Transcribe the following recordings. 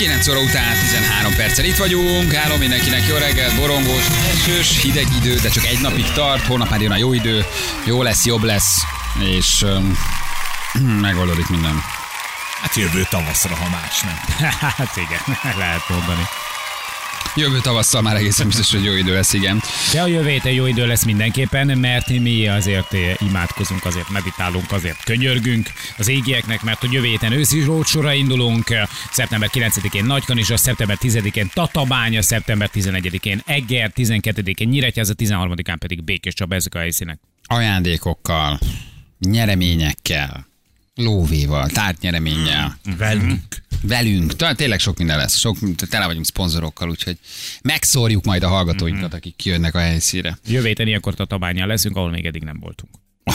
9 óra után 13 perccel itt vagyunk. Állom mindenkinek, jó reggelt, borongós, esős, hideg idő, de csak egy napig tart, holnap már jön a jó idő, jó lesz, jobb lesz, és megoldódik minden. Hát jövő tavaszra, ha más nem. Hát igen, lehet mondani. Jövő tavasszal már egészen biztos, hogy jó idő lesz, igen. De a jövő héten jó idő lesz mindenképpen, mert mi azért imádkozunk, azért meditálunk, azért könyörgünk az égieknek, mert hogy jövő héten őszi ródsorra indulunk, szeptember 9-én Nagykanizsa, szeptember 10-én Tatabánya, szeptember 11-én Eger, 12-én Nyíregyháza, 13-án pedig Békéscsaba, ezek a helyszínek. Ajándékokkal, nyereményekkel, lóvéval, tárgynyereményel. Velünk. Tényleg sok minden lesz. Tele vagyunk szponzorokkal, úgyhogy megszórjuk majd a hallgatóinkat, akik kijönnek a helyszínre. Jövő héten ilyenkor Tatabányán leszünk, ahol még eddig nem voltunk.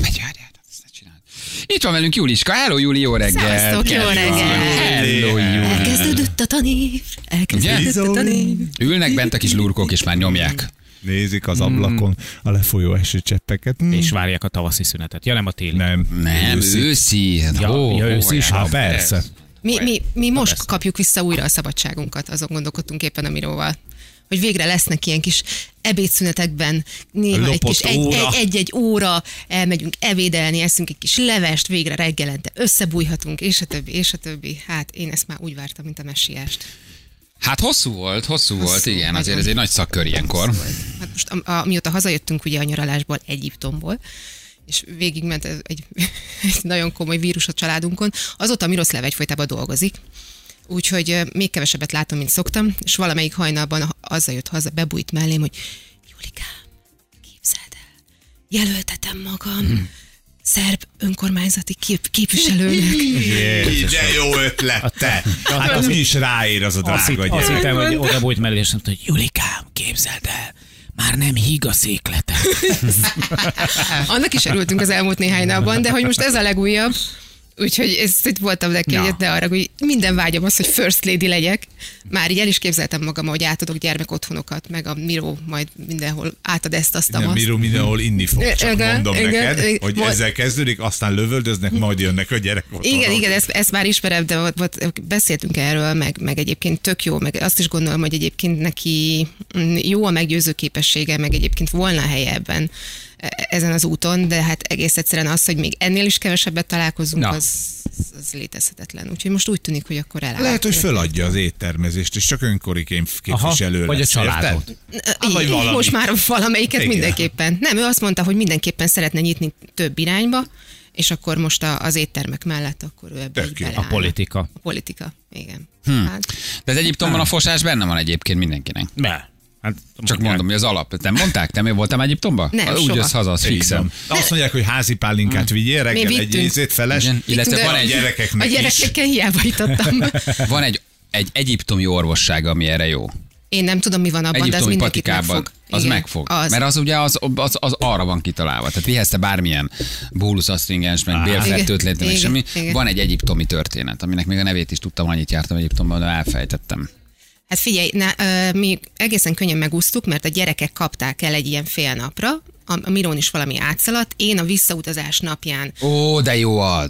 Itt van velünk Juliska. Hello, Juli, jó reggel. Szevasztok, jó reggel. Hello, Juli. Elkezdődött a tanév. Ülnek bent a kis lurkok, és már nyomják. Nézik az ablakon a lefolyó esőcseppeket. És várják a tavaszi szünetet. Ja, nem a téli. Nem, őszi. Őszi is. Hát persze. Mi most kapjuk vissza újra a szabadságunkat, azon gondolkodtunk éppen a Miróval. Hogy végre lesznek ilyen kis ebédszünetekben, néha egy kis egy-egy óra elmegyünk ebédelni, eszünk egy kis levest, végre reggelente összebújhatunk, és a többi, és a többi. Hát én ezt már úgy vártam, mint a messiást. Hát hosszú volt, igen, azért ez egy nagy szakkör ilyenkor. Hát most mióta hazajöttünk ugye a nyaralásból, Egyiptomból, és végigment egy nagyon komoly vírus a családunkon, azóta Miroszláv egyfolytában dolgozik, úgyhogy még kevesebbet látom, mint szoktam, és valamelyik hajnalban azzal jött haza, bebújt mellém, hogy Julikám, képzeld el, jelöltetem magam szerb önkormányzati képviselőnek. De jó ötlet, te! Hát az is ráér az a drága gyerek. Azt hittem, hogy oda bújt mellé, és mondta, hogy Julikám, képzeld el, már nem híg a széklete. Annak is örültünk az elmúlt néhány napban, de hogy most ez a legújabb, úgyhogy itt voltam neki, hogy ne arra, hogy minden vágyam az, hogy first lady legyek. Már így el is képzeltem magam, hogy átadok gyermekotthonokat, meg a Miró majd mindenhol átad ezt, azt, a Miró mindenhol inni fog, csak mondom neked, hogy ezzel kezdődik, aztán lövöldöznek, majd jönnek a gyerekotthonok. Igen, ezt már ismerem, de ott beszéltünk erről, meg egyébként tök jó, meg azt is gondolom, hogy egyébként neki jó a meggyőző képessége, meg egyébként volna helye ebben ezen az úton, de hát egész egyszerűen az, hogy még ennél is kevesebbet találkozunk, az létezhetetlen. Úgyhogy most úgy tűnik, hogy akkor eláll. Lehet, hogy föladja az éttermezést, és csak önkori képviselő lesz. Vagy a családot. Most már valamelyiket mindenképpen. Nem, ő azt mondta, hogy mindenképpen szeretne nyitni több irányba, és akkor most az éttermek mellett akkor ő ebbe A politika. A politika, igen. Hát. De az Egyiptomban a fosás benne van egyébként mindenkinek. Hát, csak mondom, hogy az alap. Nem mondták? Te voltál Egyiptomban? Nem, úgy jössz haza, az fixem. Azt mondják, hogy házi pálinkát vigyél reggel egy ízét feles, illetve van egy gyerekeknek a gyerekekkel hiába jutottam. Van egy egyiptomi orvosság, ami erre jó. Én nem tudom, mi van abban, egyiptomi de az mindenkit megfog. Az igen, megfog. Mert az ugye az arra van kitalálva. Tehát vihetsz te bármilyen bóluszasztringens, meg bélfertőtlet, meg semmi. Igen. Van egy egyiptomi történet, aminek még a nevét is tudtam, annyit jártam Egyiptomban, de elfejtettem. Hát figyelj, mi egészen könnyen megúsztuk, mert a gyerekek kapták el egy ilyen fél napra, a Mirón is valami átszaladt, én a visszautazás napján. Ó, de jó az.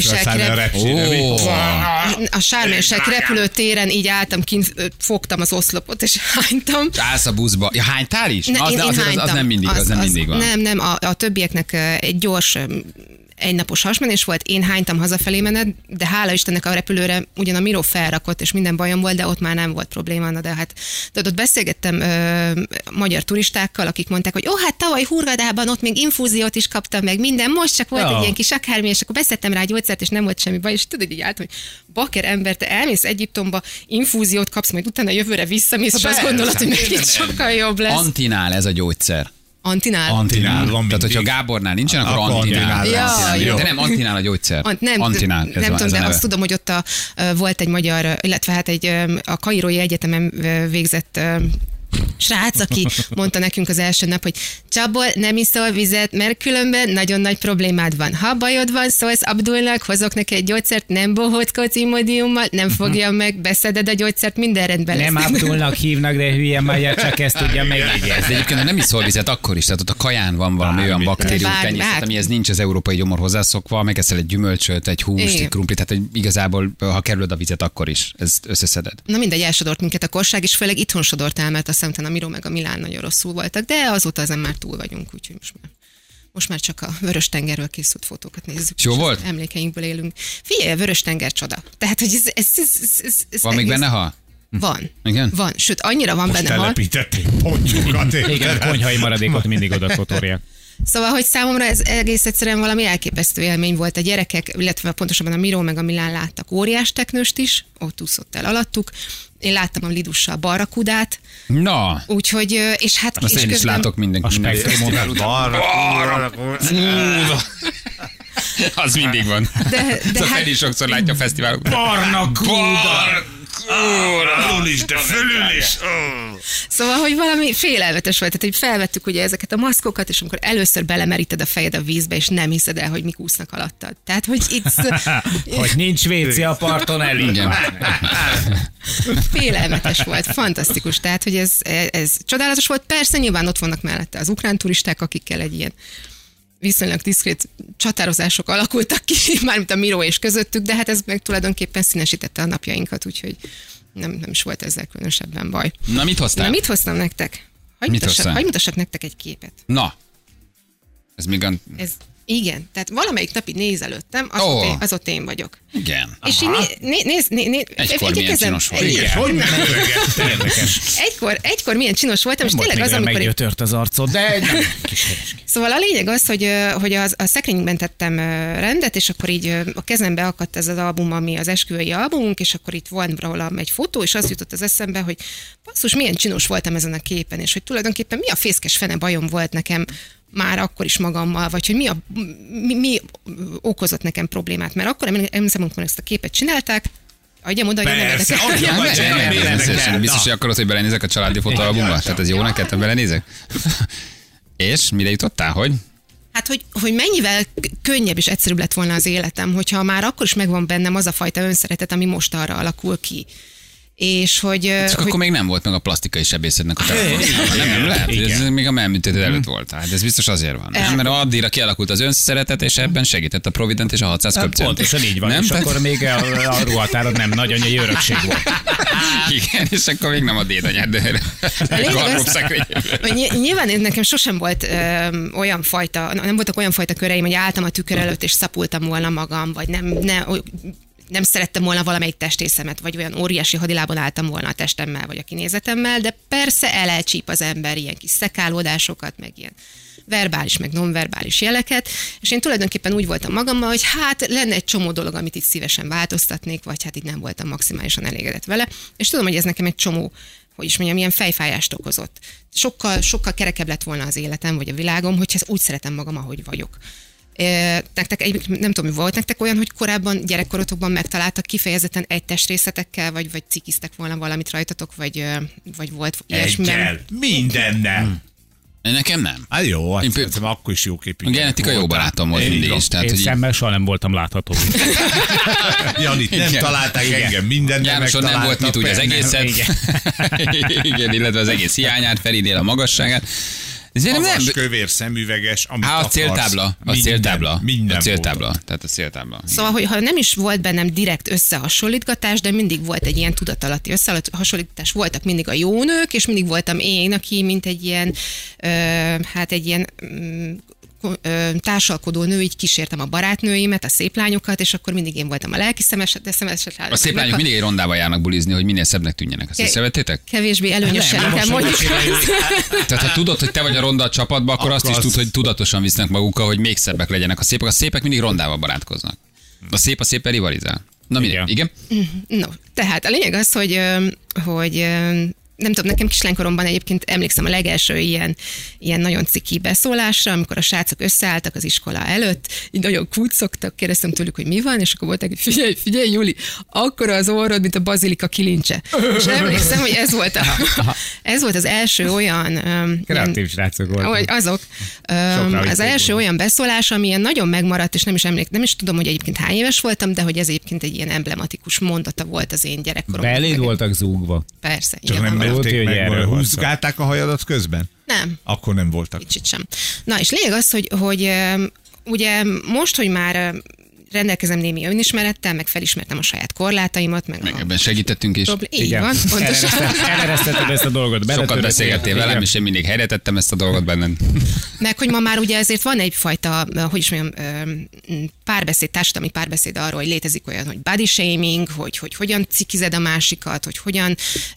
A Sármely-Sek repülőtéren így álltam kint, fogtam az oszlopot, és hánytam. Állsz a buszba. Ja, hánytál is? Az nem mindig, az nem mindig van. Nem, a többieknek egy gyors egynapos hasmenés volt, én hánytam hazafelé menet, de hála Istennek a repülőre ugyan a Miró felrakott, és minden bajom volt, de ott már nem volt probléma. De hát ott beszélgettem magyar turistákkal, akik mondták, hogy hát tavaly Hurgadában ott még infúziót is kaptam meg minden, most csak volt egy ilyen kis akármi, és akkor beszedtem rá gyógyszert, és nem volt semmi baj, és tudod, így állt, hogy baker ember, te elmész Egyiptomba, infúziót kapsz, majd utána jövőre visszamész, és azt gondolod, hogy megint sokkal jobb lesz. Antinál ez a gyógyszer. Antinál van. Tehát, hogyha Gábornál nincsen, akkor Antinál. De nem Antinál a gyógyszer. Antinál. Nem tudom, de azt tudom, hogy ott volt egy magyar, illetve hát a Kairói Egyetemen végzett srác, aki mondta nekünk az első nap, hogy Csabol, nem iszol vizet, mert különben nagyon nagy problémád van. Ha bajod van, szólsz Abdulnak, hozok neki egy gyógyszert, nem bohóckodsz imodiummal, nem fogja meg, beszeded a gyógyszert, minden rendben lesz. Nem Abdulnak hívnak, de hülye magyar, csak ezt tudja megjegyezni. De egyébként nem iszol vizet akkor is, tehát ott a kaján van valami olyan baktérium, tenyészet, amihez nincs az európai gyomor hozzászokva, megeszel egy gyümölcsöt, egy húst, egy krumplit, tehát igazából, ha kerülöd a vizet, akkor is ezt összeszeded. Na mindegy, elsodort minket a korság, és főleg itthon sodort el, mert aztán a Miró meg a Milán nagyon rosszul voltak, de azóta ezen már túl vagyunk, úgyhogy most már csak a Vörös-tengerről készült fotókat nézzük. Jó volt? Emlékeinkből élünk. Figyelj, a Vörös-tenger csoda. Tehát, hogy ez van még benne hal? Van. Igen? Van. Sőt, annyira van most benne hal. telepítették pontjukat. Igen, a konyhai maradékot mindig oda kotorják. Szóval, hogy számomra ez egész egyszerűen valami elképesztő élmény volt. A gyerekek, illetve pontosabban a Miró meg a Milán láttak óriás teknőst is, ott úszott el alattuk. Én láttam a Lidussal barrakudát. Na. Úgyhogy, és hát... Azt és én is látok mindenki. Az mindig van. De Feli sokszor látja a fesztiválokon. Barnakuda! Alul is, de fölül is. Szóval, hogy valami félelmetes volt, tehát hogy felvettük ugye ezeket a maszkokat, és amikor először belemeríted a fejed a vízbe, és nem hiszed el, hogy mik úsznak alattad. Tehát, hogy itt... hogy nincs WC a parton elég. Igen. Félelmetes volt, fantasztikus. Tehát, hogy ez csodálatos volt. Persze nyilván ott vannak mellette az ukrán turisták, akikkel egy ilyen viszonylag diszkrét csatározások alakultak ki, mármint a Miró és közöttük, de hát ez meg tulajdonképpen színesítette a napjainkat, úgyhogy nem is volt ezzel különösebben baj. Na, mit hoztál? Na, mit hoztam nektek? Hagy mutassak nektek egy képet. Na, ez még a... Igen, tehát valamelyik napig nézelődtem, az ott én vagyok. Igen. És így egykor milyen csinos volt. Igen. Egykor milyen csinos voltam, és tényleg az, amikor... Meggyötört az arcod, de nem. Szóval a lényeg az, hogy a szekrényben tettem rendet, és akkor így a kezembe akadt ez az album, ami az esküvői albumunk, és akkor itt van róla egy fotó, és az jutott az eszembe, hogy basszus, milyen csinos voltam ezen a képen, és hogy tulajdonképpen mi a fészkes fene bajom volt nekem már akkor is magammal, vagy hogy mi okozott nekem problémát, mert akkor emlékszem, amikor ezt a képet csinálták, adjam oda, hogy nem biztos, hogy akarod, hogy belenézek a családi fotóalbumba? Tehát ez jó neked, ha belenézek? És mire jutottál, hogy? Hát, hogy mennyivel könnyebb és egyszerűbb lett volna az életem, hogyha már akkor is megvan bennem az a fajta önszeretet, ami most arra alakul ki. És hogy... Csak akkor még nem volt meg a plastikai sebészetnek a nem lehet. Ez még a melműtéted előtt volt. Hát ez biztos azért van. Mert addigra kialakult az önszeretet, és ebben segített a Provident és a 600 köbcent. Pontosan így van. Nem? És akkor még a ruhatárad nem nagyanyai örökség volt. Igen, és akkor még nem a dédanyád, de nyilván nekem sosem volt olyan fajta, nem voltak olyan fajta köreim, hogy álltam a tükör előtt, és szapultam volna magam, vagy nem szerettem volna valamelyik testészemet, vagy olyan óriási hadilában álltam volna a testemmel, vagy a kinézetemmel, de persze elcsíp az ember ilyen kis szekálódásokat, meg ilyen verbális, meg nonverbális jeleket, és én tulajdonképpen úgy voltam magammal, hogy hát lenne egy csomó dolog, amit itt szívesen változtatnék, vagy hát itt nem voltam maximálisan elégedett vele, és tudom, hogy ez nekem egy csomó, hogy is mondjam, ilyen fejfájást okozott. Sokkal kerekebb lett volna az életem, vagy a világom, hogyha úgy szeretem magam, ahogy vagyok. Nektek, nem tudom, volt nektek olyan, hogy korábban gyerekkorotokban megtaláltak kifejezetten egy testrészetekkel, vagy cikiztek volna valamit rajtatok, vagy volt ilyesmi? Egyel, mindennel. Nekem nem. Hát jó, hát szerintem akkor is jó képű. A genetika jó barátom volt mindig is. Én szemmel soha nem voltam látható. Janit nem találták, engem mindennel Jánoson nem volt mit úgy az egészet. Igen, illetve az egész hiányát, Ferinél a magasságát. Magas, kövér, szemüveges, amit akarsz. A céltábla. Minden a céltábla. Tehát a céltábla. Szóval, hogy nem is volt bennem direkt összehasonlítgatás, de mindig volt egy ilyen tudatalatti összehasonlítás. Voltak mindig a jó nők, és mindig voltam én, aki mint egy ilyen, társalkodó nő, így kísértem a barátnőimet, a szép lányokat, és akkor mindig én voltam a lelki szemeset. A szép lányok mindig egy rondába járnak bulizni, hogy minél szebbnek tűnjenek. Azt észrevettétek? Kevésbé előnyösen kell mondjuk. Tehát ha tudod, hogy te vagy a ronda a csapatban, akkor azt is tudod, hogy tudatosan visznek magukkal, hogy még szebbek legyenek a szépek. A szépek mindig rondába barátkoznak. A széppel rivalizál. Na igen. No, tehát a lényeg az, hogy nem tudom, nekem kislánykoromban egyébként emlékszem a legelső ilyen nagyon ciki beszólásra, amikor a srácok összeálltak az iskola előtt, így nagyon kuccogtak, kérdeztem tőlük, hogy mi van, és akkor voltak, hogy figyelj, Juli, akkora az orrod, mint a bazilika kilincse. És emlékszem, hogy ez volt az első olyan... Kreatív srácok voltak. Azok. Az első olyan beszólás, ami ilyen nagyon megmaradt, és nem is tudom, hogy egyébként hány éves voltam, de hogy ez egyébként egy ilyen emblematikus mondata volt az én gyerekkoromban. Beléd voltak zúgva. Persze. Csak nem merték meg, húzgálták a hajadat közben? Nem. Akkor nem voltak. Kicsit sem. Na, és lényeg az, hogy ugye most, hogy már rendelkezem némi önismerettel, meg felismertem a saját korlátaimat. Meg ebben segítettünk is. Így van, pontosan. Eleresztetted ezt a dolgot. Sokat beszélgettél velem, és én mindig helyre tettem ezt a dolgot bennem. Meg, hogy ma már ugye ezért van egyfajta, hogy is mondjam, párbeszéd, társadalmi párbeszéd arról, hogy létezik olyan, hogy body shaming, hogy hogyan cikized a másikat, hogy hogyan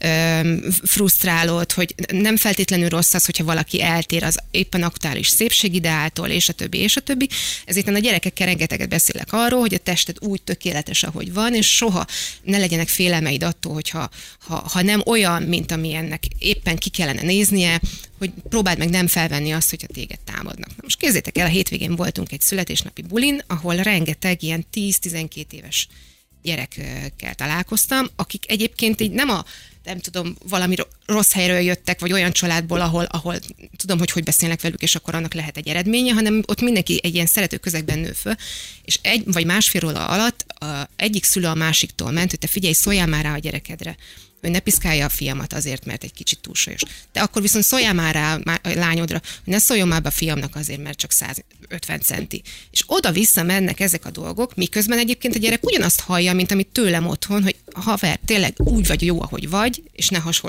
frusztrálod, hogy nem feltétlenül rossz az, hogyha valaki eltér az éppen aktuális szépségideáltól, és a többi, és a többi. Ezért a gyerekekkel rengeteget beszélek arról, hogy a tested úgy tökéletes, ahogy van, és soha ne legyenek félelmeid attól, hogyha ha nem olyan, mint amilyennek éppen ki kellene néznie, hogy próbáld meg nem felvenni azt, hogyha téged támadnak. Na most képzeljétek el, a hétvégén voltunk egy születésnapi bulin, ahol rengeteg ilyen 10-12 éves gyerekkel találkoztam, akik egyébként így nem tudom, valami rossz helyről jöttek, vagy olyan családból, ahol tudom, hogy beszélnek velük, és akkor annak lehet egy eredménye, hanem ott mindenki egy ilyen szerető közegben nő föl, és egy vagy másfél óra alatt egyik szülő a másiktól ment, hogy te figyelj, szóljál már rá a gyerekedre, hogy ne piszkálja a fiamat azért, mert egy kicsit túlsúlyos. De akkor viszont szóljál már rá a lányodra, hogy ne szóljon már be a fiamnak azért, mert csak 150 centi. És oda-vissza mennek ezek a dolgok, miközben egyébként a gyerek ugyanazt hallja, mint amit tőlem otthon, hogy haver, tényleg úgy vagy jó, ahogy vagy, és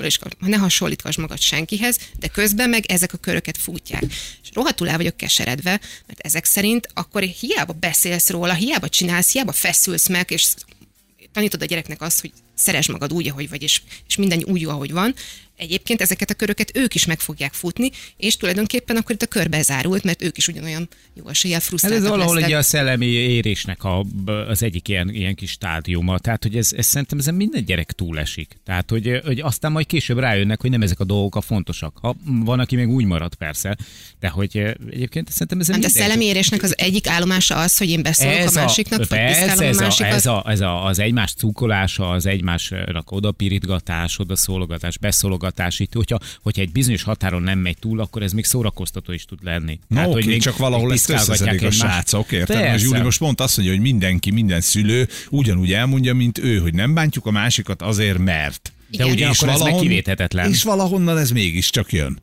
ne hasonlítgass magad senkihez, de közben meg ezek a köröket futják. És rohadtul el vagyok keseredve, mert ezek szerint akkor hiába beszélsz róla, hiába csinálsz, hiába feszülsz meg, és tanítod a gyereknek azt, hogy szeresd magad úgy, ahogy vagy, és minden úgy jó, ahogy van. Egyébként ezeket a köröket ők is meg fogják futni, és tulajdonképpen akkor itt a körbe zárult, mert ők is ugyanolyan jó eséllyel frusztráltak lesznek. Ez valahol ugye a szellemi érésnek az egyik ilyen kis stádiuma. Tehát, hogy ez szerintem ezen minden gyerek túlesik. Tehát, hogy aztán majd később rájönnek, hogy nem ezek a dolgok a fontosak. Ha van, aki meg úgy marad, persze, de hogy egyébként szerintem ezen minden... De a szellemi érésnek az egyik állomása az, hogy én beszélok a másiknak, vagy piszkálom a másikat. Ez az egymás cukolása, az egymásnak odapirítgatás, odaszólogatás, beszólogatás, hogyha egy bizonyos határon nem megy túl, akkor ez még szórakoztató is tud lenni. Na oké, csak valahol ezt összeszedik a srácok, érted? Most Júli most pont azt mondja, hogy minden szülő ugyanúgy elmondja, mint ő, hogy nem bántjuk a másikat azért, mert. De ugyanakkor ez meg kivéthetetlen. És valahonnan ez mégiscsak jön.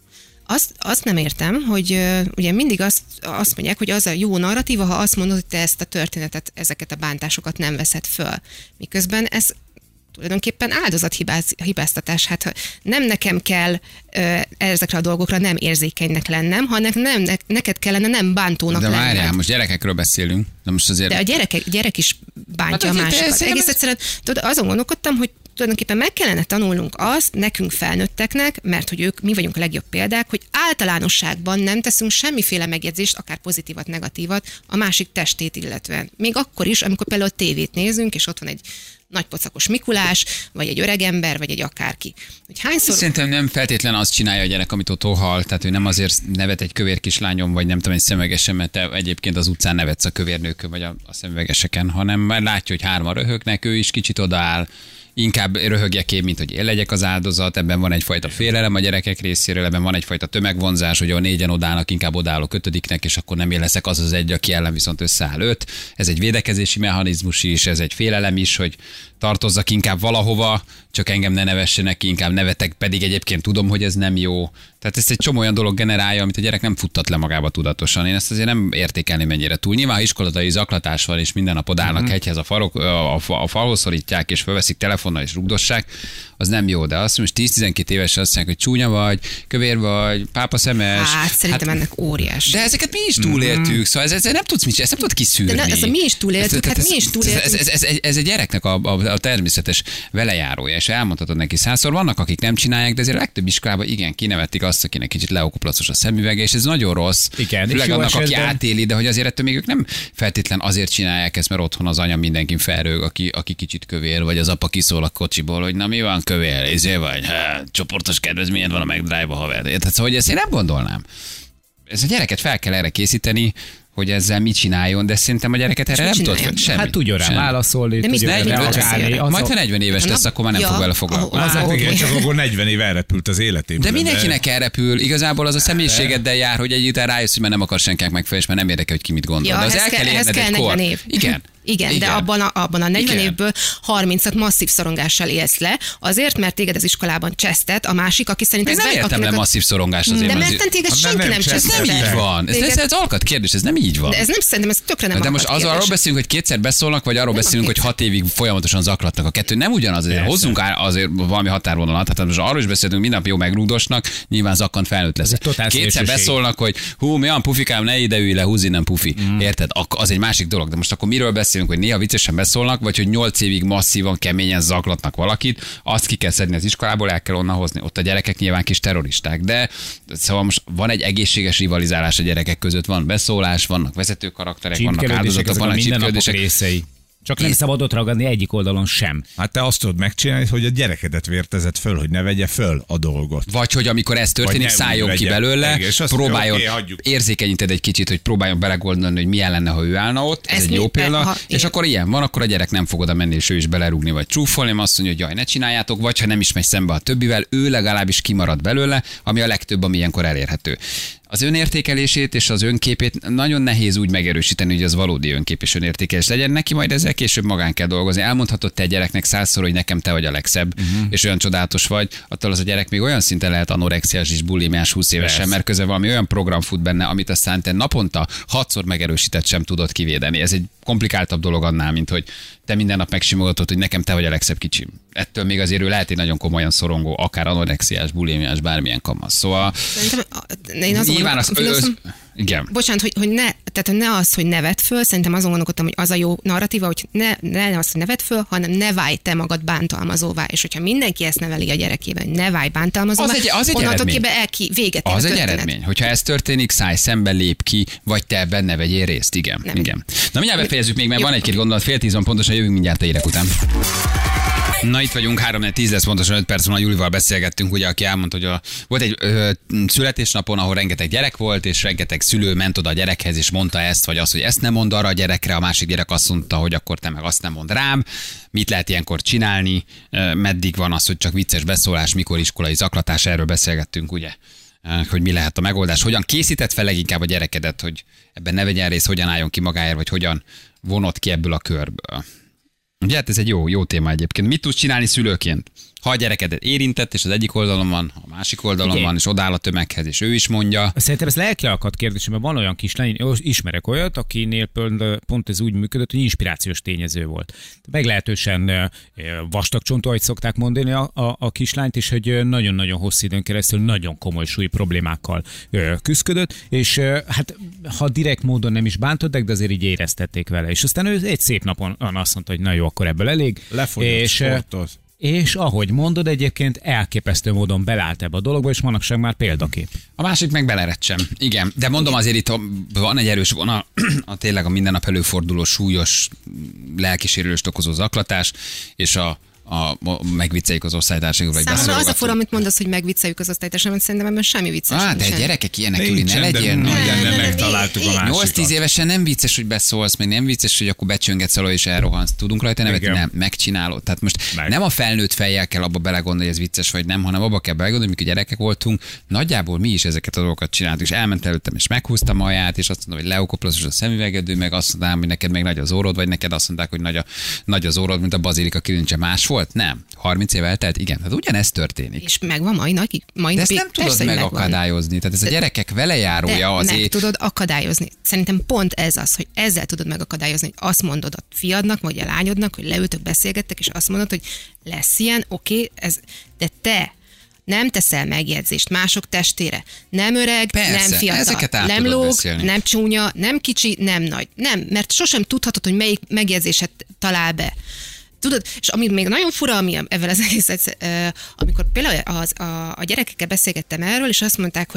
Azt nem értem, hogy ugye mindig azt mondják, hogy az a jó narratíva, ha azt mondod, hogy te ezt a történetet, ezeket a bántásokat nem veszed föl. Miközben ez tulajdonképpen áldozathibáztatás. Hát ha nem nekem kell ezekre a dolgokra nem érzékenynek lennem, hanem neked kellene nem bántónak lenned. De várjál, most gyerekekről beszélünk. De, most azért... De a gyerek is bántja a másikat. Egész egyszerűen azon gondolkodtam, hogy tulajdonképpen meg kellene tanulnunk azt, nekünk felnőtteknek, mert hogy mi vagyunk a legjobb példák, hogy általánosságban nem teszünk semmiféle megjegyzést, akár pozitívat, negatívat a másik testét illetően. Még akkor is, amikor például tévét nézünk, és ott van egy nagy pocakos Mikulás, vagy egy öregember, vagy egy akárki. Hogy hányszor... Szerintem nem feltétlen azt csinálja a gyerek, amit ott hall, tehát ő nem azért nevet egy kövér kislányom, vagy nem tudom, egy szemüvegesen, mert te egyébként az utcán nevetsz a kövérnőkön, vagy a szemüvegeseken, hanem már látja, hogy hárman röhögnek, ő is kicsit odaáll, inkább röhögjek én, mint hogy én legyek az áldozat, ebben van egyfajta félelem a gyerekek részéről, ebben van egyfajta tömegvonzás, hogy a négyen odállnak, inkább odállok ötödiknek, és akkor nem én leszek az egy, aki ellen viszont összeáll 5. Ez egy védekezési mechanizmus is, ez egy félelem is, hogy tartozzak inkább valahova, csak engem ne nevessenek ki, inkább nevetek, pedig egyébként tudom, hogy ez nem jó. Tehát ez egy csomó olyan dolog generálja, amit a gyerek nem futtat le magába tudatosan. Én ezt azért nem értékelni mennyire túl. Nyilván iskoladai zaklatás van, és minden nap odállnak hegyhez a falhoz szorítják, és fölveszik telefonnal és rugdossák, az nem jó, de azt most 10-12 éves azt mondják, hogy csúnya vagy, kövér vagy, pápaszemes. Hát szerintem ennek óriás. De ezeket mi is túléltük, szóval ez nem tudsz mit csinálni, ezt nem tudod kiszűrni. De ez mi is túléltük, mi is túléltük. Ez egy gyereknek a természetes velejárója, és elmondhatod neki 100-szor. Vannak, akik nem csinálják, de azért a legtöbb iskolában igen, kinevetik azt, akinek kicsit leokuplacos a szemüvege, és ez nagyon rossz. Igen, főleg annak, aki átéli, de hogy azért ettől még ők nem feltétlen azért csinálják ezt, mert otthon az anya mindenkin felrög, aki kicsit kövér, vagy az apa kiszól a kocsiból, hogy na mi van, kövél, vagy csoportos kedvezményed van a McDrive-ba, haver. Tehát szóval, hogy ezt én nem gondolnám. Ez a gyereket fel kell erre készíteni, hogy ezzel mit csináljon, de szerintem a gyereket erre nem tudod fel. Semmi. Hát tudjon rá válaszolni, tudjon rá reagálni. Majd ha 40 éves lesz, akkor már nem fog vele foglalkozni. Igen, csak akkor 40 év elrepült az életében. De mindenkinek elrepül. Igazából az a személyiségeddel jár, hogy egy után rájössz, hogy már nem akar senkinek megfelelni, és már nem érdekel, hogy ki mit gondol. Ja, de az el kell érned egy 40 év. Igen. De abban a 40 évből 30-at masszív szorongással élsz le, azért, mert téged az iskolában csesztet, a másik, aki szerint ez nem értem le masszív szorongást azért. De mert téged senki nem csesztet. Nem így van. Ez alkat kérdés, ez nem így van. De ez nem, szerintem ez tökre nem. De most arról beszélünk, hogy kétszer beszólnak, vagy arról beszélünk, hogy 6 évig folyamatosan zaklatnak. A kettő nem ugyanaz, azért hozzunk azért valami határvonalat. Hát most arról is beszélünk, minden nap jó megrúgdosnak, nyilván zakkant felnőtt lesz. Kétszer beszólnak, hogy hú, mi olyan pufikám, ne ide ülj le, húzz innen pufi. Érted? Az egy másik dolog. De most akkor miről beszélünk, hogy néha viccesen beszólnak, vagy hogy 8 évig masszívan, keményen zaklatnak valakit, azt ki kell szedni az iskolából, el kell onnan hozni. Ott a gyerekek nyilván kis terroristák, de szóval most van egy egészséges rivalizálás a gyerekek között, van beszólás, vannak vezető karakterek, vannak áldozatok, vannak csipkődések. Részei. Csak nem szabadott ragadni egyik oldalon sem. Hát te azt tudod megcsinálni, hogy a gyerekedet vértezed föl, hogy ne vegye föl a dolgot. Vagy hogy amikor ez történik, szálljon ki belőle, próbáljon, érzékenyíted egy kicsit, hogy próbáljon belegondolni, hogy milyen lenne, ha ő állna ott. Ez egy jó példa. És akkor ilyen van, akkor a gyerek nem fog oda menni, és ő is belerúgni, vagy csúfolni, azt mondja, hogy jaj, ne csináljátok, vagy ha nem is megy szembe a többivel, ő legalábbis kimarad belőle, ami a legtöbb, ami ilyenkor elérhető. Az önértékelését és az önképét nagyon nehéz úgy megerősíteni, hogy az valódi önkép és önértékelés legyen neki, majd ezzel később magán kell dolgozni. Elmondhatod te gyereknek 100-szor, hogy nekem te vagy a legszebb, és olyan csodálatos vagy, attól az a gyerek még olyan szinten lehet anorexiás és bulimiás 20 évesen, mert közben valami olyan program fut benne, amit aztán te naponta 6-szor megerősített sem tudod kivédeni. Ez egy komplikáltabb dolog annál, mint hogy te minden nap megsimogatod, hogy nekem te vagy a legszebb kicsim. Ettől még azért ő lehet egy nagyon komolyan szorongó, akár anorexiás, bulimiás, bármilyen kamasz. Szóval nyilván igen. Bocsánat, hogy ne az, hogy ne vedd föl, szerintem azon gondolkodtam, hogy az a jó narratíva, hogy ne az, hogy ne vedd föl, hanem ne válj te magad bántalmazóvá. És hogyha mindenki ezt neveli a gyerekében, hogy ne válj bántalmazóvá, onnantól véget ér az egy eredmény. Hogyha ez történik, szállj szembe, lép ki, vagy te benne vegyél részt. Igen. Na mindjárt befejezzük még, mert van egy-két gondolat, 9:30 van pontosan, jövünk mindjárt a hírek után. Na itt vagyunk, 3-4-10 lesz, pontosan 5 perc van, a Julival beszélgettünk, ugye, aki elmondta, hogy volt egy születésnapon, ahol rengeteg gyerek volt, és rengeteg szülő ment oda a gyerekhez, és mondta ezt, vagy azt, hogy ezt nem mond arra a gyerekre, a másik gyerek azt mondta, hogy akkor te meg azt nem mond rám. Mit lehet ilyenkor csinálni, meddig van az, hogy csak vicces beszólás, mikor iskolai zaklatás, erről beszélgettünk, ugye? Hogy mi lehet a megoldás, hogyan készített fel leginkább a gyerekedet, hogy ebben ne vegyen részt, hogyan álljon ki magáért, vagy hogyan vonod ki ebből a körből. Ugye, hát ez egy jó téma egyébként. Mit tudsz csinálni szülőként? Ha a gyerekedet érintett, és az egyik oldalon van, ha a másik oldalon van, és odáll a tömeghez, és ő is mondja. Szerintem ez lelkialkat kérdés, mert van olyan kislány, ismerek olyat, akinél pont ez úgy működött, hogy inspirációs tényező volt. Meglehetősen vastag csontú, ahogy szokták mondani a kislányt, és hogy nagyon-nagyon hosszú időn keresztül nagyon komoly súly problémákkal küzdött, és hát ha direkt módon nem is bántották, de azért így éreztették vele. És aztán ő egy szép napon azt mondta, hogy na jó, akkor ebből elég. És ahogy mondod, egyébként elképesztő módon belállt ebbe a dologba, és manapság már példakép. A másik meg belered sem. Igen, de mondom azért itt van egy erős vonal, tényleg a minden nap előforduló súlyos lelkisérülést okozó zaklatás, és a megvicceljük az osztálytársakat, vagy beszélgetünk. Számomra az a forma, amit mondasz, hogy megvicceljük az osztálytársakat, szerintem ebben semmi vicces. De gyerekek ilyenek, Júli, ne legyen. Megtaláltuk a másikat. 8-10 évesen nem vicces, hogy beszólsz, meg nem vicces, hogy akkor becsöngetsz alól és elrohansz. Tudunk rajta nevetni? Nem, megcsinálod. Tehát most nem a felnőtt fejjel kell abba belegondolni, hogy ez vicces vagy nem, hanem abba kell belegondolni, mikor gyerekek voltunk, nagyjából mi is ezeket a dolgokat csináltuk, és elment előttem, és meghúztam a maját, és azt mondom, hogy leokoplasos a szemüvegedő, meg azt mondtam, hogy neked meg nagy az orrod, vagy neked azt mondták, hogy nagy az orrod, mint a bazilika kilincse. Más volt? Nem. 30 év eltelt? Igen. Tehát ugyanezt történik. És megvan mai napig. De ezt nem tudod megakadályozni. Tehát ez a gyerekek velejárója az meg tudod akadályozni. Szerintem pont ez az, hogy ezzel tudod megakadályozni, hogy azt mondod a fiadnak, vagy a lányodnak, hogy leültök, beszélgettek, és azt mondod, hogy lesz ilyen, oké, de te nem teszel megjegyzést mások testére. Nem öreg, persze, nem fiatal, nem lóg, beszélni. Nem csúnya, nem kicsi, nem nagy. Nem, mert sosem tudhatod, hogy melyik megjegyzéset talál be. Tudod, és ami még nagyon fura, ami ezzel az egész, amikor például a gyerekekkel beszélgettem erről, és azt mondták, hogy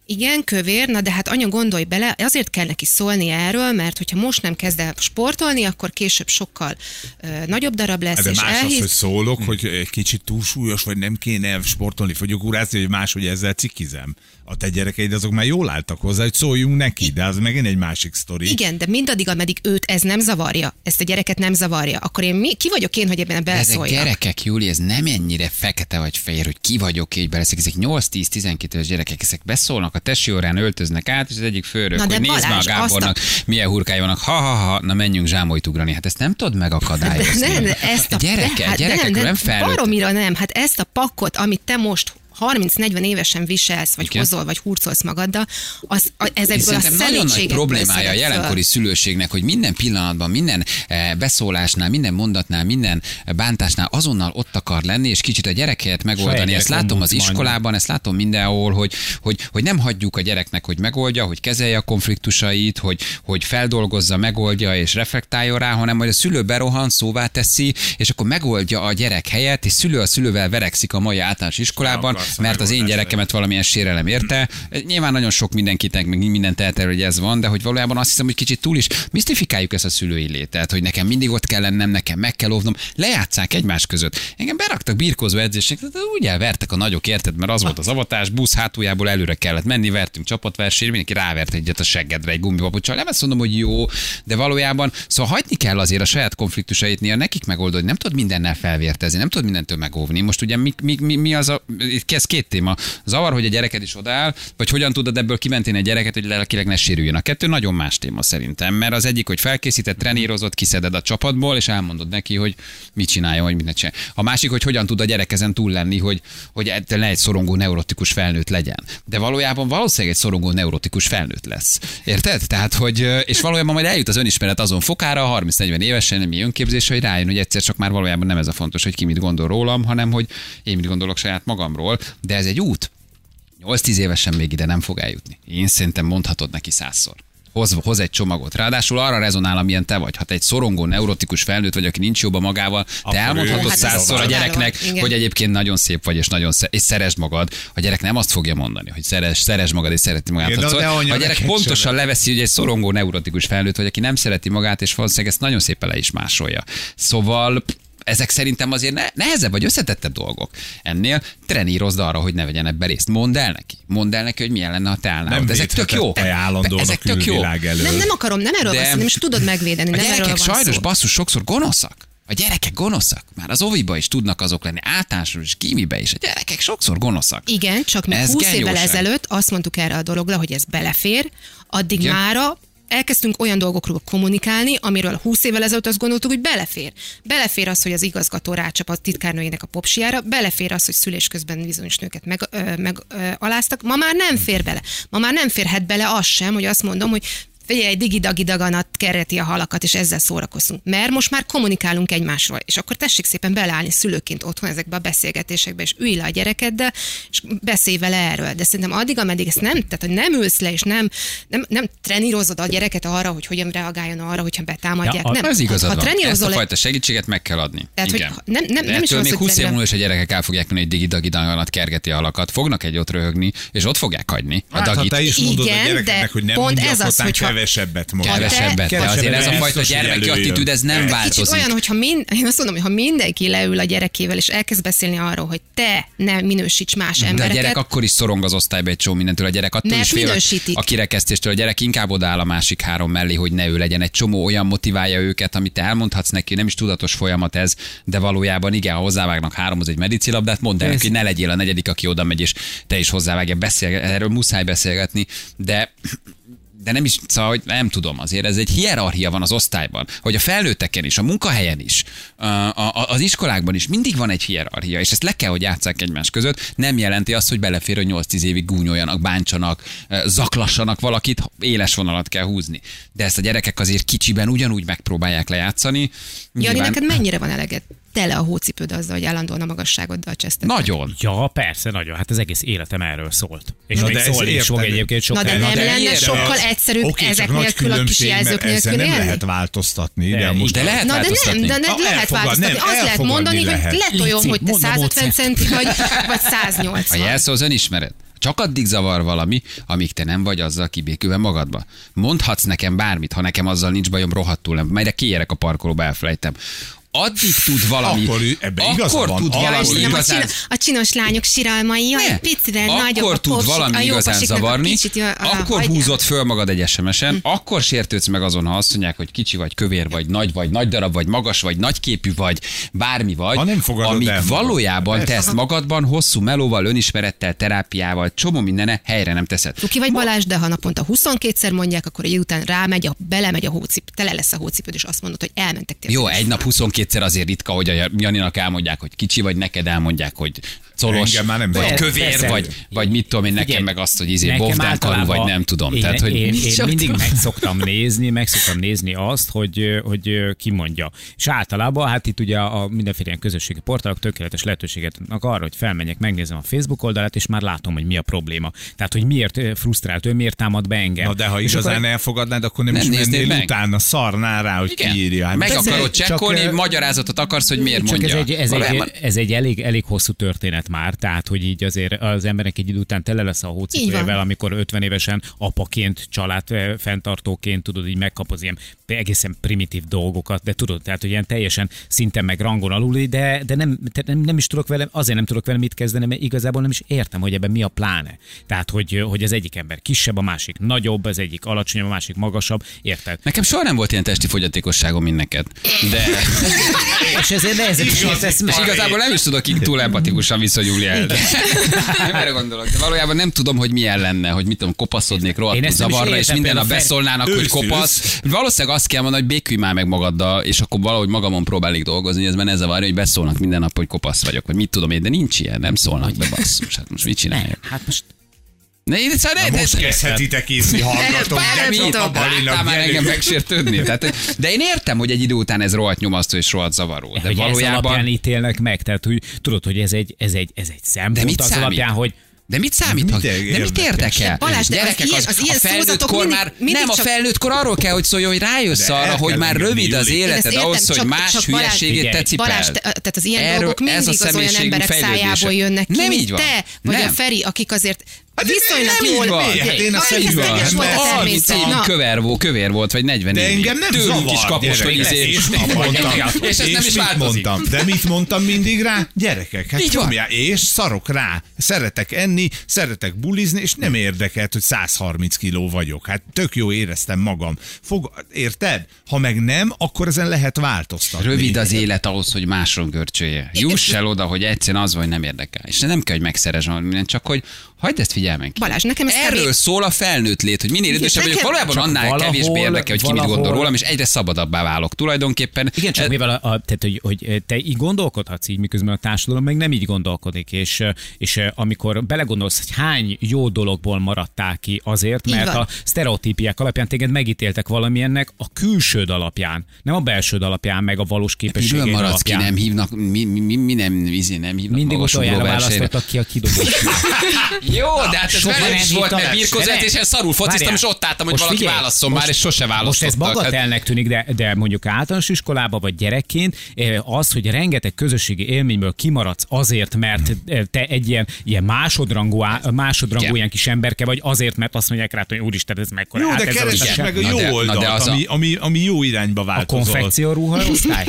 Igen, kövér, na de hát anya, gondolj bele, azért kell neki szólni erről, mert hogyha most nem kezd el sportolni, akkor később sokkal nagyobb darab lesz. De és más az, hogy szólok, hogy egy kicsit túlsúlyos, vagy nem kéne sportolni, fogyókúrázni, hogy máshogy ezzel cikizem. A te gyerekeid azok már jól álltak hozzá, hogy szóljunk neki, de az megint egy másik sztori. Igen, de mindaddig, ameddig őt ez nem zavarja, ezt a gyereket nem zavarja, akkor ki vagyok én, hogy ebben beleszóljak? Ezek gyerekek, Júli, ez nem ennyire fekete vagy fehér, hogy ki vagyok, hogy beleszek. Ezek 8-10-12 éves gyerekek, ezek beszólnak, a tesi órán öltöznek át, és az egyik főrök, hogy nézd már a Gábornak, milyen hurkája vannak, ha, na menjünk zsámolyt ugrani. Hát ezt nem tudod megakadályozni. Nem, ezt a gyerekek nem felnőtt. Baromira nem, hát ezt a pakkot, amit te most 30-40 évesen viselsz, vagy hozol, vagy hurcolsz magaddal, ezekből a nagyon nagy problémája a jelenkori szülőségnek, hogy minden pillanatban, minden beszólásnál, minden mondatnál, minden bántásnál azonnal ott akar lenni, és kicsit a gyerek helyett megoldani. Ezt látom az iskolában, ezt látom mindenhol, hogy nem hagyjuk a gyereknek, hogy megoldja, hogy kezelje a konfliktusait, hogy feldolgozza, megoldja és reflektálja rá, hanem hogy a szülő berohan, szóvá teszi, és akkor megoldja a gyerek helyett, és szülő a szülővel verekszik a mai általános iskolában, mert az én gyerekemet valamilyen sérelem érte. Nyilván nagyon sok mindenkinek, meg minden tehet erről, hogy ez van, de hogy valójában azt hiszem, hogy kicsit túl is misztifikáljuk ezt a szülői létet, hogy nekem mindig ott kell lennem, nekem meg kell óvnom. Lejátszák egymás között. Engem beraktak birkózó edzések, úgy elvertek a nagyok, érted, mert az volt az avatás, busz hátuljából előre kellett menni, vertünk csapatversenyre, mindenki rávert egyet a seggedre egy gumipapuccsal. Nem azt mondom, hogy jó, de valójában szóval hagyni kell azért a saját konfliktusait néha nekik megoldani. Nem tudod mindennel felvértezni, nem tudod mindentől megóvni. Most ugye mi az a ez két téma. Zavar, hogy a gyereked is odaáll, vagy hogyan tudod ebből kimenteni a gyereket, hogy lelkileg ne sérüljön. A kettő nagyon más téma szerintem, mert az egyik, hogy felkészített, trenírozott, kiszeded a csapatból, és elmondod neki, hogy mit csináljon, hogy mit ne csináljon. A másik, hogy hogyan tud a gyerek ezen túl lenni, hogy ne egy szorongó neurotikus felnőtt legyen. De valójában valószínűleg egy szorongó neurotikus felnőtt lesz. Érted? Tehát, hogy és valójában majd eljut az önismeret azon fokára, 30-40 évesen, mi önképzés, hogy rájön, hogy egyszer csak már valójában nem ez a fontos, hogy ki mit gondol rólam, hanem hogy én mit gondolok saját magamról. De ez egy út. 8-10 évesen még ide nem fog eljutni. Én szerintem mondhatod neki 100-szor. Hoz egy csomagot. Ráadásul arra rezonál, amilyen te vagy. Ha te egy szorongó, neurotikus felnőtt vagy, aki nincs jobban magával, te elmondhatod 100-szor a gyereknek, hogy egyébként nagyon szép vagy, és nagyon és szeresd magad. A gyerek nem azt fogja mondani, hogy szeresd magad, és szereti magát. A gyerek pontosan leveszi, hogy egy szorongó, neurotikus felnőtt vagy, aki nem szereti magát, és valószínűleg ezt nagyon szépen le is másolja. Szóval ezek szerintem azért nehezebb vagy összetettebb dolgok. Ennél trenírozd arra, hogy ne vegyen ebbe részt. Mondd el neki, hogy milyen lenne, ha te állnál. Nem ezek tök jó. Ezek tök jó. Nem akarom, nem erről van szó, nem is tudod megvédeni. A nem gyerekek sajnos szó. basszus sokszor gonoszak. A gyerekek gonoszak. Már az oviba is tudnak azok lenni, általánosan és gimibe is. A gyerekek sokszor gonoszak. Igen, csak mi 20 évvel ezelőtt azt mondtuk erre a dologra, hogy ez belefér, addig mára elkezdtünk olyan dolgokról kommunikálni, amiről 20 évvel ezelőtt azt gondoltuk, hogy belefér. Belefér az, hogy az igazgató rácsap a titkárnőjének a popsiára, belefér az, hogy szülés közben bizonyos nőket megaláztak. Ma már nem fér bele. Ma már nem férhet bele az sem, hogy azt mondom, hogy figyelj, egy digi-dagi daganat kereti a halakat, és ezzel szórakozunk. Mert most már kommunikálunk egymásról. És akkor tessék szépen beleállni szülőként otthon ezekbe a beszélgetésekbe, és ülj le a gyerekeddel, és beszélj vele erről. De szerintem addig, ameddig ezt nem, tehát hogy nem ülsz le, és nem trenírozod a gyereket arra, hogy hogyan reagáljon arra, hogyha betámadják. Ja, nem. Ez igazad van. Ezt a fajta segítséget meg kell adni. Tehát, igen. Hogy nem is az, még hogy 20 év múlva is a gyerekek el fogják menni, hogy digi-dagi daganat kergeti a halakat, fognak egy ott röhögni, és ott fogják hagyni a dagit. Ha te is mondod a gyerekeknek, hogy nem mondja, akkor kevesebbet mond. Kevesebbet, de azért ez a fajta gyermeki attitűd, ez nem változik. Olyan, hogyha én azt mondom, hogy ha mindenki leül a gyerekével, és elkezd beszélni arról, hogy te ne minősíts más embereket. De a gyerek akkor is szorong az osztályba egy csomó mindentől. A gyerek attól is fél a kirekesztéstől. A gyerek inkább odaáll a másik három mellé, hogy ne ő legyen. Egy csomó olyan motiválja őket, amit te elmondhatsz neki, nem is tudatos folyamat ez, de valójában igen, ha hozzávágnak háromhoz egy medicilabdát, mondd el, hogy ne legyél a negyedik, aki oda megy, és te is hozzávágja. Erről muszáj beszélgetni, de nem is, szóval, hogy nem tudom, azért ez egy hierarchia van az osztályban, hogy a felnőtteken is, a munkahelyen is, az iskolákban is mindig van egy hierarchia, és ezt le kell, hogy játsszák egymás között. Nem jelenti azt, hogy belefér, hogy 8-10 évig gúnyoljanak, bántsanak, zaklassanak valakit, éles vonalat kell húzni. De ezt a gyerekek azért kicsiben ugyanúgy megpróbálják lejátszani. Jani, neked mennyire van eleged? Tele a hócipőd azzal, hogy állandóan a magasságoddal csesztettek. Nagyon. Ja, persze, nagyon. Hát az egész életem erről szólt. És még szólni is fog egyébként sok. Na de nem lenne sokkal egyszerűbb ezek nélkül, a kis jelzők nélkül nem lehet változtatni. De lehet változtatni. De nem lehet változtatni. Azt lehet mondani, hogy letoljom, hogy te 150 centi vagy 180. A jelszó az önismeret. Csak addig zavar valami, amíg te nem vagy azzal kibékülve magadba. Mondhatsz nekem bármit, ha nekem azzal nincs bajom, rohadtul nem. Majd kiérek a parkolóba, elfelejtem. Addig tud valami. Akkor tud valami igazán. A csinos lányok siralmai, jaj, picivel nagyobb akkor a tud valami igazán zavarni, akkor húzod föl magad egy SMS-en, akkor sértődsz meg azon, ha azt mondják, hogy kicsi vagy, kövér vagy nagy darab vagy, magas vagy, nagyképű vagy, bármi vagy, amíg valójában te ezt magadban hosszú melóval, önismerettel, terápiával, csomó mindene helyre nem teszed. Ki vagy Balázs, de ha naponta 22-szer mondják, akkor egy után belemegy a hócipő, tele lesz a hócipőd, és azt mondod, hogy elmentek tényleg. Jó, egy nap 22-szer azért ritka, hogy a Janinak elmondják, hogy kicsi vagy, neked elmondják, hogy colos, vagy kövér, vagy mit tudom én, nekem meg azt, hogy bovdánkarú, vagy nem tudom. Én mindig meg szoktam nézni azt, hogy ki mondja. És általában, hát itt ugye a mindenféle ilyen közösségi portálok tökéletes lehetőséget adnak arra, hogy felmenjek, megnézem a Facebook oldalát, és már látom, hogy mi a probléma. Tehát, hogy miért frusztrált ő, miért támad be engem. Na de ha igazán elfogadnád, akkor nem is mennél utána, szarnál rá, hogy kiírja. Meg akarod csekkolni, magyarázatot akarsz, hogy miért mondja. Ez egy elég hosszú történet már, tehát hogy így azért az embernek egy idő után tele lesz a hócipőjével, amikor 50 évesen apaként, családfenntartóként tudod, így megkapod ilyen egészen primitív dolgokat, de tudod, tehát hogy ilyen teljesen szinten meg rangon aluli, de nem is tudok vele, azért nem tudok vele mit kezdeni, mert igazából nem is értem, hogy ebben mi a pláne. Tehát, hogy az egyik ember kisebb, a másik nagyobb, az egyik alacsonyabb, a másik magasabb, érted? Nekem soha nem volt ilyen testi fogyatékosságom, mint neked. De... és ezért és igazából nem is tudok így túl empatikusan viszonyulni el. Nem erre gondolok, de valójában nem tudom, hogy milyen lenne, hogy mit tudom, kopaszodnék rohadtul zavarra, és minden nap beszólnának, hogy kopasz. Valószínűleg azt kell mondani, hogy békülj már meg magaddal, és akkor valahogy magamon próbálnék dolgozni, ez ne zavarja, hogy beszólnak minden nap, hogy kopasz vagyok, vagy mit tudom én, de nincs ilyen, nem szólnak be, basszus. Hát most mit csináljak? Hát most most kezdhetitek ízni, hallgatok, de mit a Balinak már engem megsértődni. De én értem, hogy egy idő után ez rohadt nyomasztó és rohadt zavaró. De valójában... ez alapján ítélnek meg, tehát hogy tudod, hogy ez egy szempont az alapján, hogy de mit számít? De mit érdekel? Balázs, de gyerekek, az ilyen a felnőttkor már nem, a felnőttkor arról kell, hogy szóljon, hogy rájössz arra, hogy már rövid az életed ahhoz, hogy más hülyeségét te cipeld. Balázs, tehát az ilyen dolgok mindig az olyan emberek szájából jönnek ki, mint te, vagy a Feri, akik azért viszonylag jól megy. Hát én azt így van. 30 évig kövér volt, vagy 40 évig. De engem nem tőlünk is kapos, hogy és ez nem is változik. De mit mondtam mindig rá? Gyerekek, hát nyomjál, és szarok rá. Szeretek enni, szeretek bulizni, és nem érdekelt, hogy 130 kiló vagyok. Hát tök jó éreztem magam. Érted? Ha meg nem, akkor ezen lehet változtatni. Rövid az élet ahhoz, hogy máson görcsölje. Juss el oda, hogy egyszerűen az vagy nem érdekel. És nem kell, hogy megszeresd mindent, csak hogy hagyd ezt figyelmen ki. Balázs, nekem erről szól a felnőtt lét, hogy minél idősebb vagyok, valójában annál kevésbé érdekel, hogy ki mit gondol rólam, és egyre szabadabbá válok tulajdonképpen. Igen, csak mivel tehát, hogy te így gondolkodhatsz így, miközben a társadalom meg nem így gondolkodik, és amikor belegondolsz, hogy hány jó dologból maradtál ki azért, mert a sztereotípiák alapján téged megítéltek valamilyennek a külsőd alapján, nem a belsőd alapján, meg a valós képességed alapján. Maradsz ki, nem hívnak, mi nem hívnak mindig utoljára választottak ki a kidobott. Jó, de hát ez velem is volt, mert birkozat, és én szarul fociztam, és ott álltam, hogy valaki válasszon már, és sose választottak. Most ez bagatelnek tűnik, de mondjuk általános iskolában, vagy gyerekként az, hogy rengeteg közösségi élményből kimaradsz azért, mert te egy ilyen másodrangú ilyen kis emberke vagy, azért, mert azt mondják rá, hogy úristen, ez mekkora. Jó, de keresd meg a jó oldalt, ami jó irányba változol. A konfekció ruhaosztály?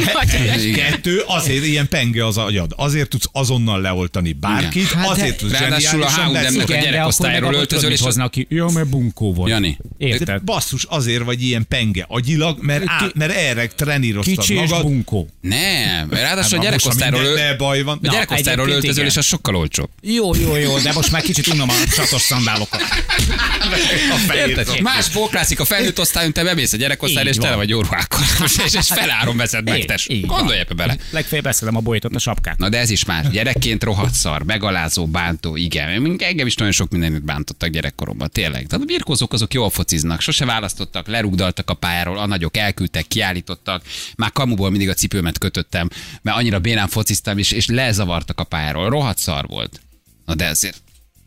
2, azért ilyen penge az agyad. Azért tudsz azonnal leoltani bárkit, azért tudsz zseniálisan beszélni. A gyerekosztályról öltözöl, és hoznak ki. Jó, mert bunkó volt. Jani. Érted? Basszus, azért vagy ilyen penge agyilag, mert erre treníroztad magad. Kicsi és bunkó. Nem, ráadásul a gyerekosztályról öltözöl, és az sokkal olcsóbb. Jó, de most már kicsit unom a csatos szandálokat. Más póklászik a felnőtt osztályon, te bemész a gyerekosztályra, és tele vagy óruhákkal. És feláron veszed meg, tess. Gondolj ebbe bele. Legfeljebb beszedem a bolytot, a sapkát. Na de ez is más. Gyerekként rohadt szar, megalázó, bántó, igen. Engem is nagyon sok mindenütt bántottak gyerekkoromban, tényleg. Tehát a birkózók azok jól fociznak, sose választottak, lerugdaltak a pályáról, a nagyok elküldtek, kiállítottak. Már kamuból mindig a cipőmet kötöttem, mert annyira bénán fociztam, és lezavartak a pályáról. Rohadt szar volt. Na de ezért.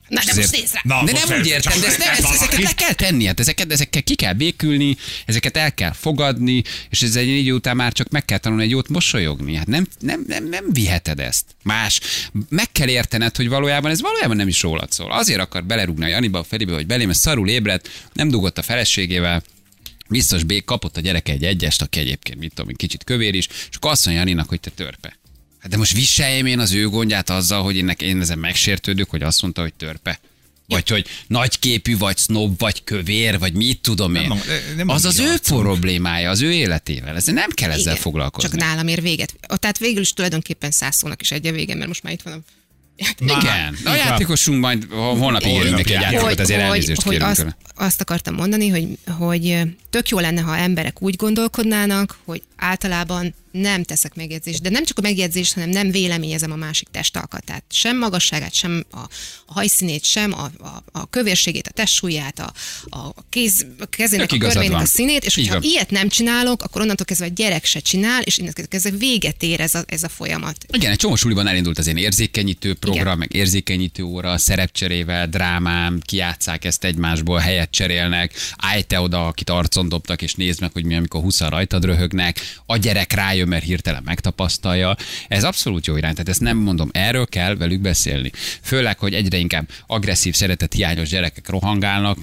Na, de most nézd rá. Na, De most nem úgy értem, de ezeket le kell tenni, hát ezekkel ki kell békülni, ezeket el kell fogadni, és ez egy idő után már csak meg kell tanulni egy jót mosolyogni. Hát nem viheted ezt. Más. Meg kell értened, hogy valójában nem is rólad szól. Azért akar belerúgni a Janiba, a Feribe, vagy belém, mert szarul ébredt, nem dugott a feleségével, biztos kapott a gyereke egy egyest, aki egyébként, mit tudom, kicsit kövér is, és akkor azt mondja Janinak, hogy te törpe. Hát de most viseljem én az ő gondját azzal, hogy én ezen megsértődök, hogy azt mondta, hogy törpe. Vagy hogy nagyképű, vagy sznob, vagy kövér, vagy mit tudom én. Nem az az ő arcunk. problémája, az ő életével. Ez nem kell ezzel Igen, foglalkozni. Csak nálam ér véget. Tehát végül is tulajdonképpen 100 szónak is egy a vége, mert most már itt van a... Igen. A játékosunk majd holnap ígérünk neki egy játékot, ezért elnézést hogy kérünk tőle. azt akartam mondani, hogy tök jó lenne, ha emberek úgy gondolkodnának, hogy általában nem teszek megjegyzést, de nem csak a megjegyzést, hanem nem véleményezem a másik testalkatát. Sem magasságát, sem a hajszínét, sem a kövérségét, a testsúlyát, a kezének a körmének a színét, és hogyha ilyet nem csinálok, akkor onnantól kezdve a gyerek se csinál, és innentől kezdve véget ér ez a folyamat. Igen, egy csomó suliban elindult az én érzékenyítő program, igen, meg érzékenyítő óra, szerepcserével, drámám, kijátszák ezt egymásból, helyet cserélnek, állj te oda, akit arcon dobtak, és nézd meg, hogy mi, amikor 20 rajtad röhögnek, a gyerek rájön, mert hirtelen megtapasztalja. Ez abszolút jó irány, tehát ezt nem mondom, erről kell velük beszélni. Főleg, hogy egyre inkább agresszív, szeretethiányos gyerekek rohangálnak,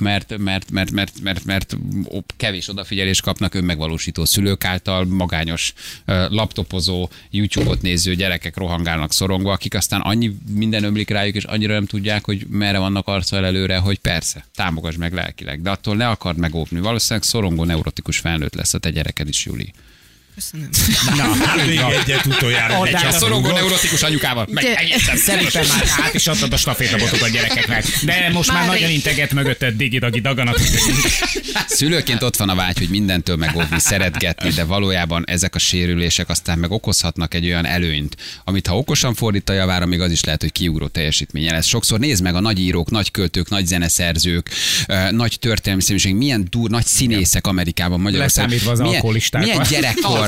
mert kevés odafigyelést kapnak önmegvalósító szülők által, magányos laptopozó, YouTube-ot néző gyerekek rohangálnak szorongva, akik aztán annyi minden ömlik rájuk, és annyira nem tudják, hogy merre vannak arccal előre, hogy persze, támogass meg lelkileg, de attól ne akard megóvni. Valószínűleg szorongó neurotikus felnőtt lesz a te gyereked is, Juli. Köszönöm. Na, még egyet utoljára. A szorongó neurotikus anyukával. Szerintem már át is adtad a stafétabotot a gyerekeknek. De most már nagyon integet mögötted digi-dagi daganat. Szülőként ott van a vágy, hogy mindentől megóvni, szeretgetni, de valójában ezek a sérülések aztán meg okozhatnak egy olyan előnyt, amit ha okosan fordít a javára, még az is lehet, hogy kiugró teljesítménye lesz. Sokszor nézd meg a nagy írók, nagy költők, nagy zeneszerzők, nagy történelmi személyiség, milyen nagy színészek Amerikában, Magyarországon. Leszámítva az alkoholistákat. Milyen gyerekkor,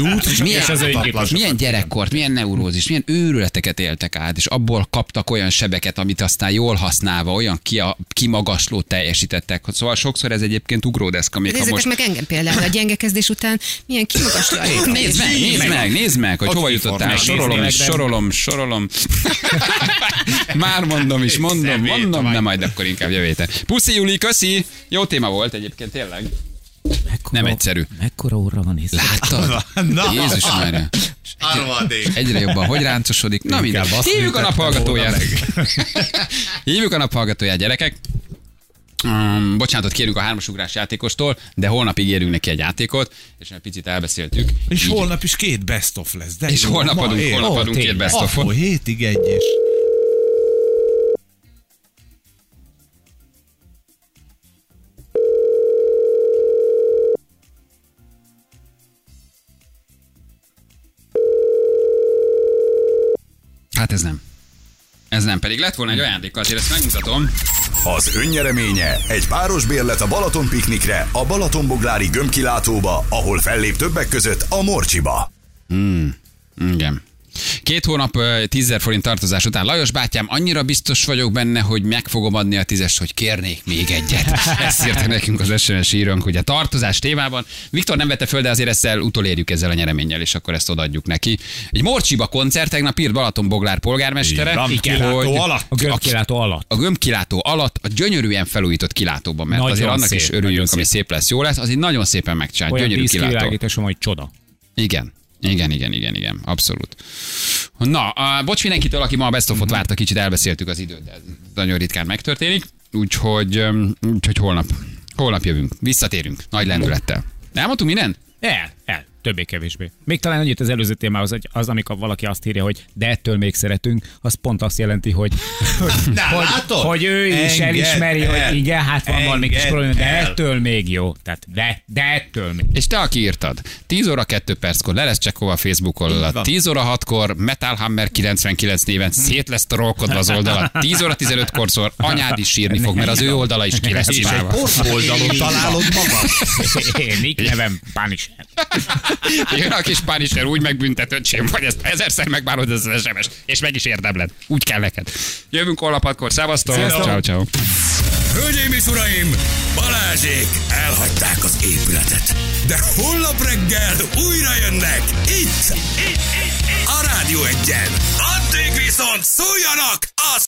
milyen gyerekkort, milyen neurózis, milyen őrületeket éltek át, és abból kaptak olyan sebeket, amit aztán jól használva, olyan kimagasló teljesítettek. Szóval sokszor ez egyébként ugródeszka. Nézzétek meg engem például a gyenge kezdés után, milyen kimagasló. Nézd meg, hogy hova jutottál. Sorolom. Már mondom, nem majd akkor inkább jövő héten. Puszi, Juli, köszi. Jó téma volt egyébként, tényleg. Nem egyszerű. Mekkora óra van hisz? Láttad? Jézus Mária. Egyre jobban, hogy ráncosodik. Na mindegy. Hívjuk a naphallgatóját. Hívjuk a naphallgatóját, gyerekek. Bocsánatot kérünk a 3-as ugrás játékostól, de holnap ígérünk neki egy játékot, és egy picit elbeszéltük. És holnap is 2 best of lesz. De és holnap adunk 2 best of-ot. Akkor 7-ig egyes. Hát ez nem. Ez nem, pedig lett volna egy ajándék, azért ezt megmutatom. Az önnyereménye egy páros bérlet a Balaton piknikre, a Balatonboglári gömbkilátóba, ahol fellép többek között a Morcsiba. Igen. 2 hónap 10 000 forint tartozás után Lajos bátyám, annyira biztos vagyok benne, hogy meg fogom adni a 10-est, hogy kérnék még egyet. Ezt írta nekünk az SMS írónk, hogy a tartozás témában. Viktor nem vette föl, de azért ezzel utolérjük ezzel a nyereménnyel, és akkor ezt odaadjuk neki. Egy Morcsiba koncert, tegnap írt Balatonboglár polgármestere. A gömbkilátó alatt, a gyönyörűen felújított kilátóban, mert nagyon azért annak szép, is örüljünk, ami szép lesz, jó lesz, az egy nagyon szépen megcsinált, gyönyörű kilátó. Olyan csoda. Igen. Igen, abszolút. Na, bocs mindenkitől, aki ma a Best of-ot várta, kicsit elbeszéltük az időt, de ez nagyon ritkán megtörténik, úgyhogy holnap jövünk, visszatérünk, nagy lendülettel. Elmondtunk mindent? El. Többé-kevésbé. Még talán annyit az előző témához, hogy az, amikor valaki azt írja, hogy de ettől még szeretünk, az pont azt jelenti, hogy hogy ő is elismeri, hogy igen, hát van valami kis probléma, de ettől még jó. Tehát de ettől még. És te, aki írtad, 10 óra 2 perckor le lesz csekkolva a Facebook oldala, 10 óra 6-kor Metal Hammer 99 néven szét lesz torolkodva az oldala, 10 óra 15-korszor anyád is sírni fog, mert az ő oldala is ki lesz csinálva. És egy oldalon találod magad. Nick nevem Punisher. Jön a kis Punisher, úgy megbüntet, öcsém, vagy ezt 1000-szer megbánod az SMS, és meg is érdemled. Úgy kell neked. Jövünk holnap 6-kor, szevasztok. Ciao. Hölgyeim és uraim, Balázsék elhagyták az épületet, de holnap reggel újra jönnek itt a Rádió Egyen. Addig viszont szóljanak a